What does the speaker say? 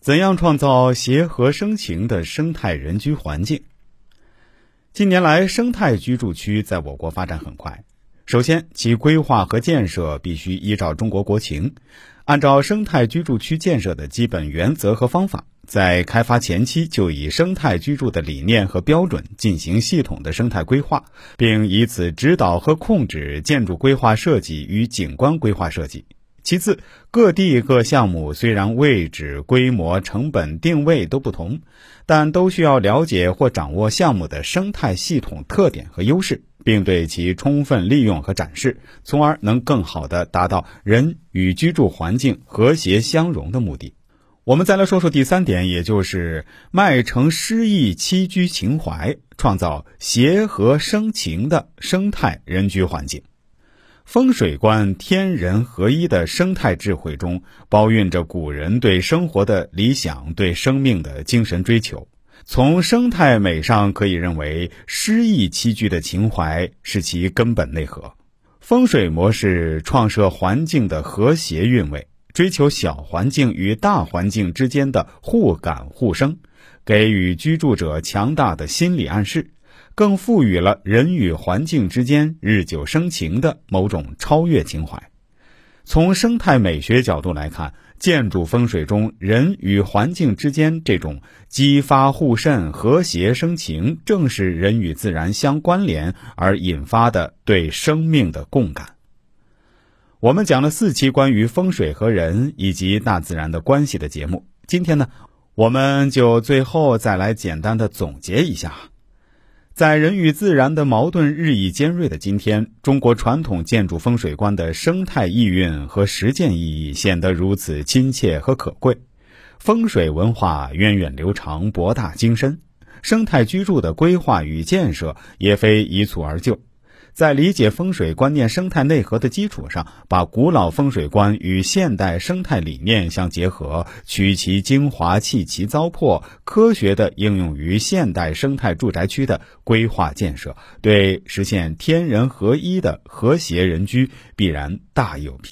怎样创造协和生情的生态人居环境？近年来，生态居住区在我国发展很快。首先，其规划和建设必须依照中国国情，按照生态居住区建设的基本原则和方法，在开发前期就以生态居住的理念和标准进行系统的生态规划，并以此指导和控制建筑规划设计与景观规划设计。其次，各地各项目虽然位置、规模、成本、定位都不同，但都需要了解或掌握项目的生态系统特点和优势，并对其充分利用和展示，从而能更好地达到人与居住环境和谐相融的目的。我们再来说说第三点，也就是迈诚诗意栖居情怀，创造协和生情的生态人居环境。风水观天人合一的生态智慧中，包蕴着古人对生活的理想，对生命的精神追求。从生态美上可以认为，诗意栖居的情怀是其根本内核。风水模式创设环境的和谐韵味，追求小环境与大环境之间的互感互生，给予居住者强大的心理暗示，更赋予了人与环境之间日久生情的某种超越情怀。从生态美学角度来看，建筑风水中人与环境之间这种激发互渗、和谐生情，正是人与自然相关联而引发的对生命的共感。我们讲了4期关于风水和人以及大自然的关系的节目，今天呢，我们就最后再来简单的总结一下。在人与自然的矛盾日益尖锐的今天，中国传统建筑风水观的生态意蕴和实践意义显得如此亲切和可贵。风水文化源远流长，博大精深，生态居住的规划与建设也非一蹴而就。在理解风水观念生态内核的基础上，把古老风水观与现代生态理念相结合，取其精华，弃其糟粕，科学地应用于现代生态住宅区的规划建设，对实现天人合一的和谐人居必然大有裨